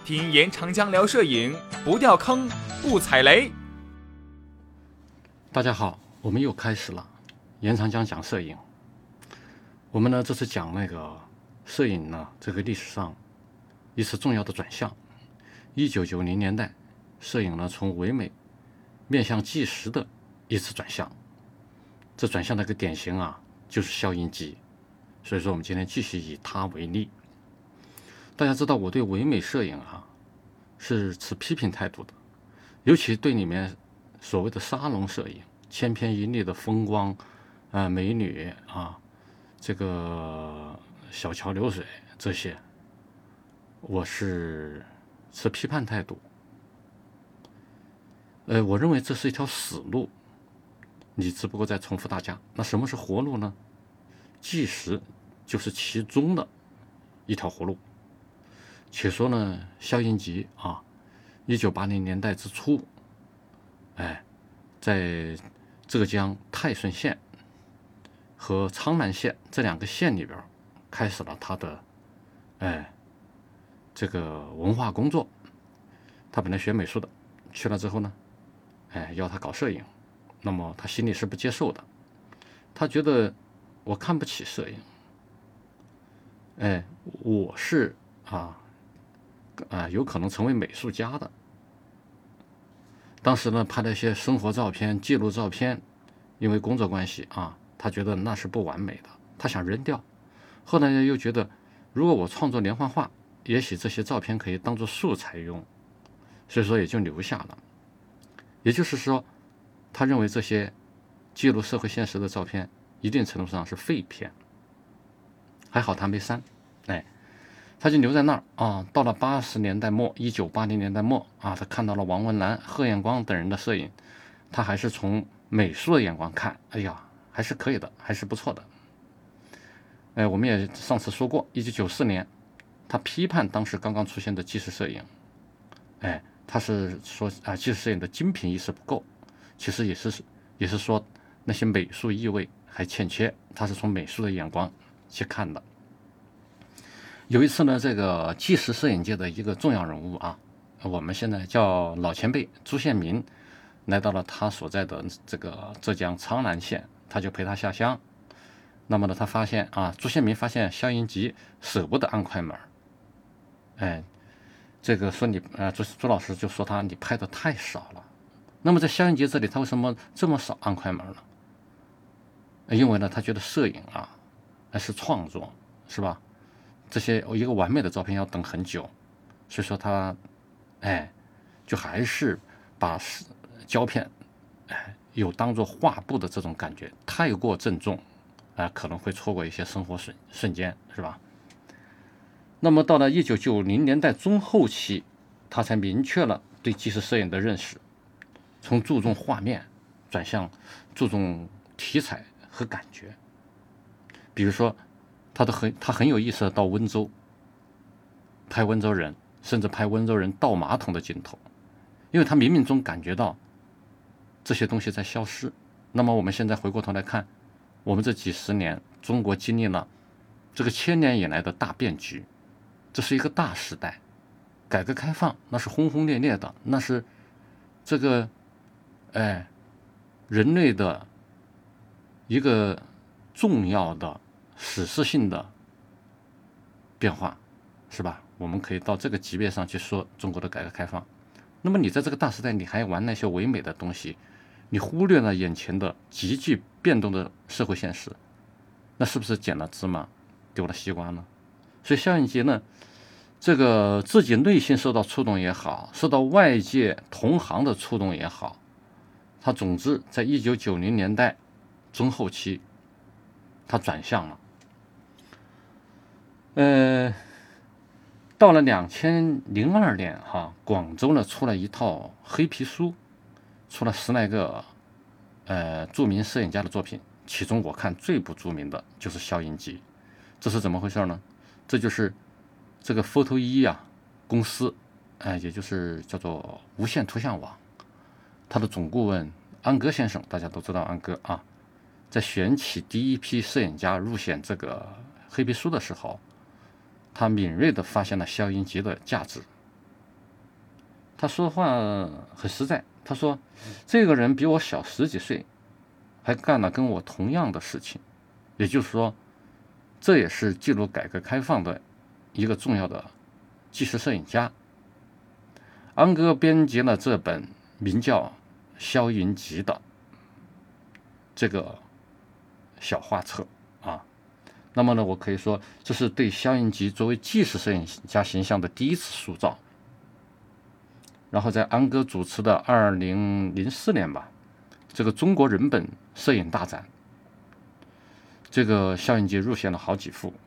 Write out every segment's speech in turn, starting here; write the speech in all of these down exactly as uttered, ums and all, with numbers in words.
听严长江聊摄影，不掉坑，不踩雷。 大家好，我们又开始了严长江讲摄影。我们呢这次讲那个摄影呢这个历史上一次重要的转向。一九九零年代，摄影呢从唯美面向纪实的一次转向。这转向的一个典型啊，就是肖因基。所以说我们今天继续以它为例。大家知道我对唯美摄影啊是持批评态度的，尤其对里面所谓的沙龙摄影、千篇一律的风光啊、呃、美女啊、这个小桥流水这些，我是持批判态度。呃，我认为这是一条死路，你只不过在重复大家。那什么是活路呢？纪实就是其中的一条活路。且说呢，肖因基啊，一九八零年代之初，哎，在浙江泰顺县和苍南县这两个县里边，开始了他的哎这个文化工作。他本来学美术的，去了之后呢，哎要他搞摄影，那么他心里是不接受的，他觉得我看不起摄影，哎，我是啊。啊，有可能成为美术家的。当时呢，拍了一些生活照片、记录照片，因为工作关系啊，他觉得那是不完美的，他想扔掉。后来又觉得，如果我创作连环画，也许这些照片可以当做素材用，所以说也就留下了。也就是说，他认为这些记录社会现实的照片，一定程度上是废片。还好他没删，哎。他就留在那儿啊。到了八十年代末，一九八零年代末啊，他看到了王文澜、贺彦光等人的摄影，他还是从美术的眼光看，哎呀，还是可以的，还是不错的。哎，我们也上次说过，一九九四年，他批判当时刚刚出现的纪实摄影，哎，他是说啊，纪实摄影的精品意识不够，其实也是也是说那些美术意味还欠缺，他是从美术的眼光去看的。有一次呢，这个纪实摄影界的一个重要人物啊，我们现在叫老前辈朱宪民，来到了他所在的这个浙江苍南县，他就陪他下乡。那么呢，他发现啊，朱宪民发现肖因基舍不得按快门，哎，这个说你呃朱朱老师就说他你拍的太少了。那么在肖因基这里，他为什么这么少按快门呢？因为呢，他觉得摄影啊，是创作，是吧？这些一个完美的照片要等很久，所以说他，哎，就还是把胶片，哎，有当做画布的这种感觉，太过郑重，啊、呃，可能会错过一些生活瞬瞬间，是吧？那么到了一九九零年代中后期，他才明确了对纪实摄影的认识，从注重画面转向注重题材和感觉，比如说。他的很，他很有意思的到温州拍温州人，甚至拍温州人倒马桶的镜头，因为他冥冥中感觉到这些东西在消失。那么我们现在回过头来看，我们这几十年中国经历了这个千年以来的大变局，这是一个大时代。改革开放那是轰轰烈烈的，那是这个哎人类的一个重要的史诗性的变化，是吧？我们可以到这个级别上去说中国的改革开放。那么你在这个大时代，你还玩那些唯美的东西，你忽略了眼前的急剧变动的社会现实，那是不是捡了芝麻丢了西瓜呢？所以肖因基呢，这个自己内心受到触动也好，受到外界同行的触动也好，他总之在一九九零年代中后期，他转向了。呃，到了两千零二年哈，广州呢出了一套黑皮书，出了十来个呃著名摄影家的作品，其中我看最不著名的就是肖因基。这是怎么回事呢？这就是这个 Photo 一啊公司，哎，也就是叫做无线图像网，他的总顾问安格先生，大家都知道安格啊，在选起第一批摄影家入选这个黑皮书的时候，他敏锐地发现了肖因基的价值， 他说话很实在，他说这个人比我小十几岁，还干了跟我同样的事情，也就是说，这也是记录改革开放的一个重要的纪实摄影家。安哥编辑了这本名叫《萧云集》的这个小画册啊。那么呢，我可以说这是对萧云集作为纪实摄影家形象的第一次塑造。然后在安哥主持的二零零四年吧，这个中国人本摄影大展，这个萧云集入选了好几幅。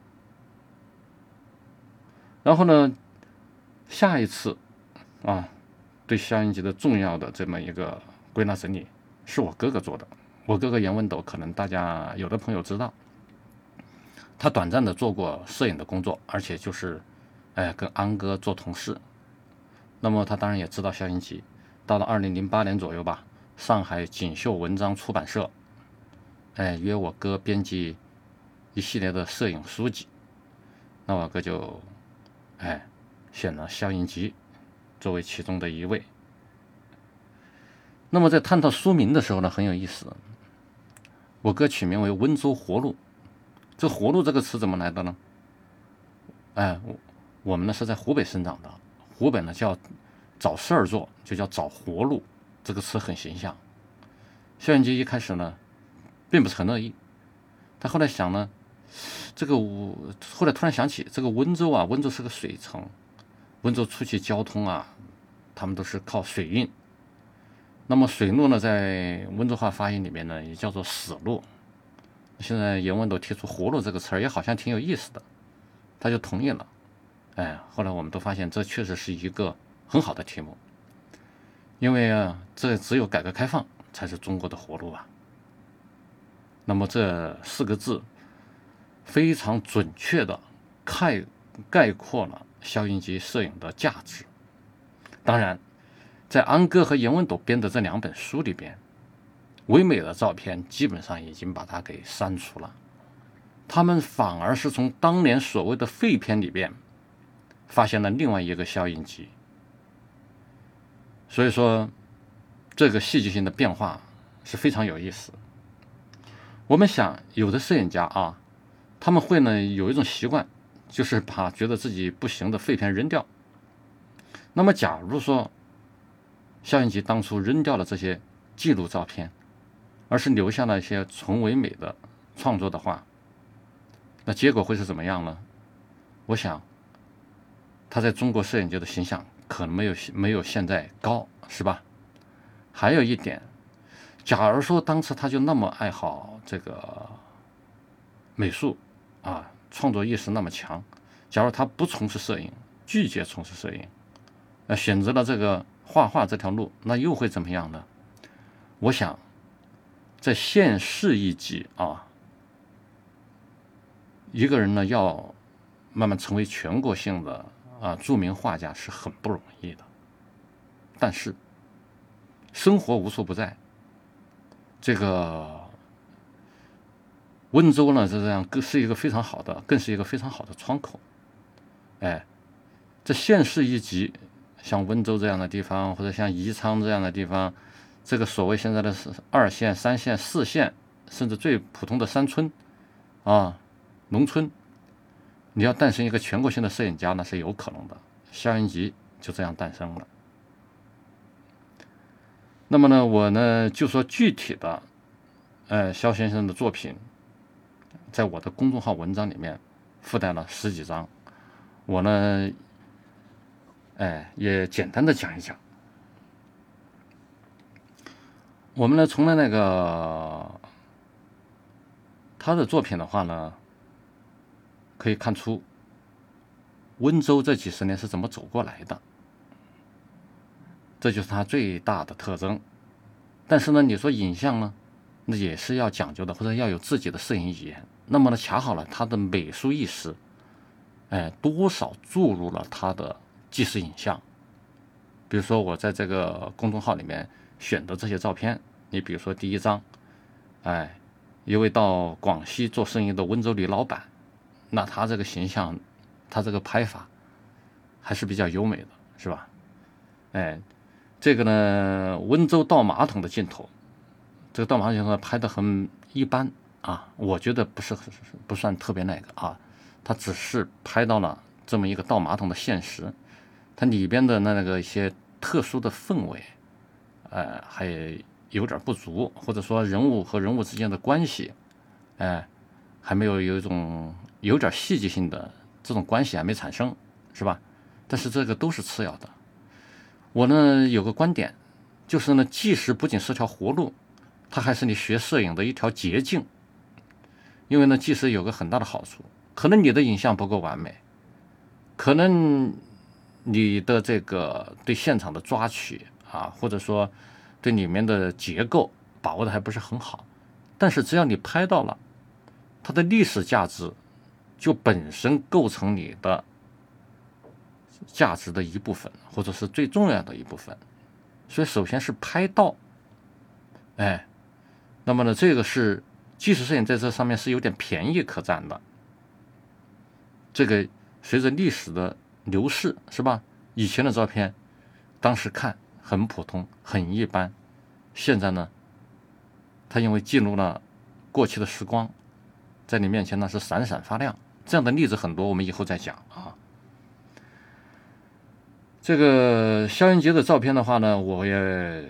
然后呢，下一次啊，对萧云集的重要的这么一个归纳整理，是我哥哥做的。我哥哥严文斗，可能大家有的朋友知道，他短暂的做过摄影的工作，而且就是，哎，跟安哥做同事。那么他当然也知道萧云集。到了二零零八年左右吧，上海锦绣文章出版社，哎，约我哥编辑一系列的摄影书籍。那我哥就，哎，选了萧云集作为其中的一位。那么在探讨书名的时候呢，很有意思。我哥取名为温州活路。这活路这个词怎么来的呢？哎，我我们呢是在湖北生长的，湖北呢叫找事儿做，就叫找活路，这个词很形象。萧云集一开始呢并不是很乐意，他后来想呢，这个我后来突然想起，这个温州啊，温州是个水城，温州出去交通啊，他们都是靠水运。那么水路呢，在温州话发音里面呢，也叫做死路。现在严文斗提出活路这个词儿，也好像挺有意思的，他就同意了。哎，后来我们都发现，这确实是一个很好的题目，因为啊，这只有改革开放才是中国的活路啊。那么这四个字非常准确的概概括了萧云集摄影的价值。当然，在安哥和严文斗编的这两本书里边，唯美的照片基本上已经把它给删除了，他们反而是从当年所谓的废片里边发现了另外一个萧云集。所以说这个戏剧性的变化是非常有意思。我们想，有的摄影家啊，他们会呢有一种习惯，就是把觉得自己不行的废片扔掉。那么假如说萧云集当初扔掉了这些记录照片，而是留下了一些纯唯美的创作的话，那结果会是怎么样呢？我想他在中国摄影界的形象可能没有没有现在高，是吧？还有一点，假如说当时他就那么爱好这个美术啊，创作意识那么强，假如他不从事摄影，拒绝从事摄影，呃，选择了这个画画这条路，那又会怎么样呢？我想在现世一级啊，一个人呢要慢慢成为全国性的啊著名画家是很不容易的。但是生活无处不在，这个温州呢，这样是一个非常好的，更是一个非常好的窗口。哎，这县市一级，像温州这样的地方，或者像宜昌这样的地方，这个所谓现在的二线、三线、四线，甚至最普通的山村啊、农村，你要诞生一个全国性的摄影家，那是有可能的。萧云集就这样诞生了。那么呢，我呢就说具体的，呃，萧先生的作品，在我的公众号文章里面附带了十几张，我呢，哎，也简单的讲一讲。我们呢，从了那个他的作品的话呢，可以看出温州这几十年是怎么走过来的，这就是他最大的特征。但是呢，你说影像呢，那也是要讲究的，或者要有自己的摄影语言。那么呢，恰好了他的美术意识，哎，多少注入了他的纪实影像。比如说我在这个公众号里面选的这些照片，你比如说第一张，哎，一位到广西做生意的温州李老板，那他这个形象，他这个拍法还是比较优美的，是吧？ 哎，这个呢，温州倒马桶的镜头，这个倒马桶镜头拍的很一般啊，我觉得不是不算特别那个啊，它只是拍到了这么一个倒马桶的现实，它里边的那个一些特殊的氛围，呃，还有点不足，或者说人物和人物之间的关系，哎，还没有有一种有点戏剧性的这种关系还没产生，是吧？但是这个都是次要的。我呢有个观点，就是呢，纪实不仅是条活路，它还是你学摄影的一条捷径。因为呢，纪实有个很大的好处，可能你的影像不够完美，可能你的这个对现场的抓取啊，或者说对里面的结构把握的还不是很好，但是只要你拍到了，它的历史价值就本身构成你的价值的一部分，或者是最重要的一部分。所以首先是拍到，哎，那么呢，这个是纪实摄影在这上面是有点便宜可占的。这个随着历史的流逝，是吧？以前的照片，当时看很普通、很一般，现在呢，它因为记录了过去的时光，在你面前呢是闪闪发亮。这样的例子很多，我们以后再讲啊。这个萧云杰的照片的话呢，我也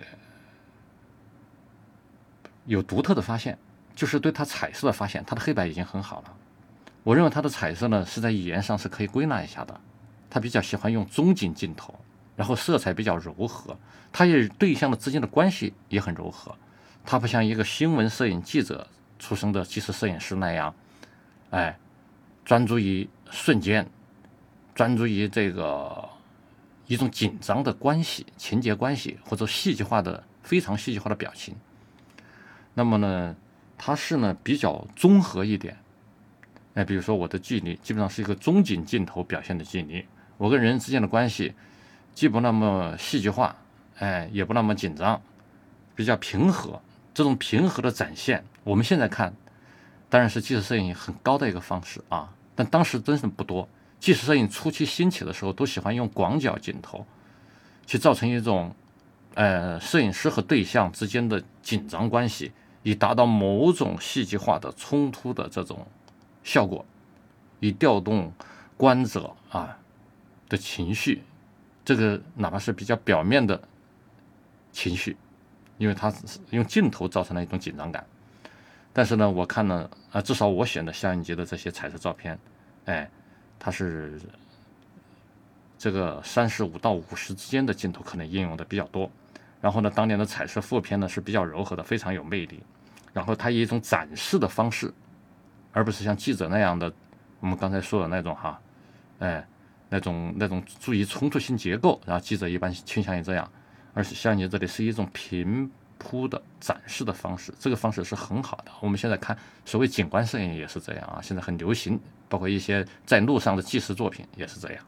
有独特的发现，就是对他彩色的发现，他的黑白已经很好了。我认为他的彩色呢是在语言上是可以归纳一下的，他比较喜欢用中景镜头，然后色彩比较柔和，他也对象的之间的关系也很柔和，他不像一个新闻摄影记者出身的纪实摄影师那样，哎，专注于瞬间，专注于这个一种紧张的关系、情节关系或者戏剧化的非常戏剧化的表情。那么呢，它是呢比较综合一点。哎，比如说我的距离基本上是一个中景镜头表现的距离，我跟人之间的关系既不那么戏剧化，哎，也不那么紧张，比较平和。这种平和的展现，我们现在看当然是纪实摄影很高的一个方式啊，但当时真是不多。纪实摄影初期兴起的时候，都喜欢用广角镜头，去造成一种呃摄影师和对象之间的紧张关系，以达到某种戏剧化的冲突的这种效果，以调动观者啊的情绪，这个哪怕是比较表面的情绪，因为它用镜头造成了一种紧张感。但是呢，我看了啊，至少我选的夏云杰的这些彩色照片，哎，它是这个三十五到五十之间的镜头可能应用的比较多。然后呢，当年的彩色负片呢是比较柔和的，非常有魅力。然后它以一种展示的方式，而不是像记者那样的，我们刚才说的那种哈，哎，那种那种注意冲突性结构，然后记者一般倾向于这样，而是像你这里是一种平铺的展示的方式，这个方式是很好的。我们现在看所谓景观摄影也是这样啊，现在很流行，包括一些在路上的纪实作品也是这样。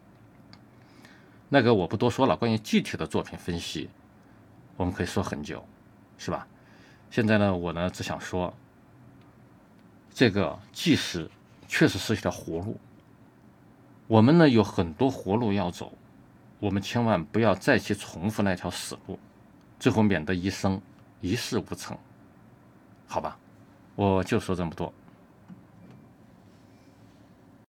那个我不多说了，关于具体的作品分析，我们可以说很久，是吧？现在呢，我呢只想说，这个纪实确实是一条活路，我们呢有很多活路要走，我们千万不要再去重复那条死路，最后免得一生一事无成，好吧？我就说这么多。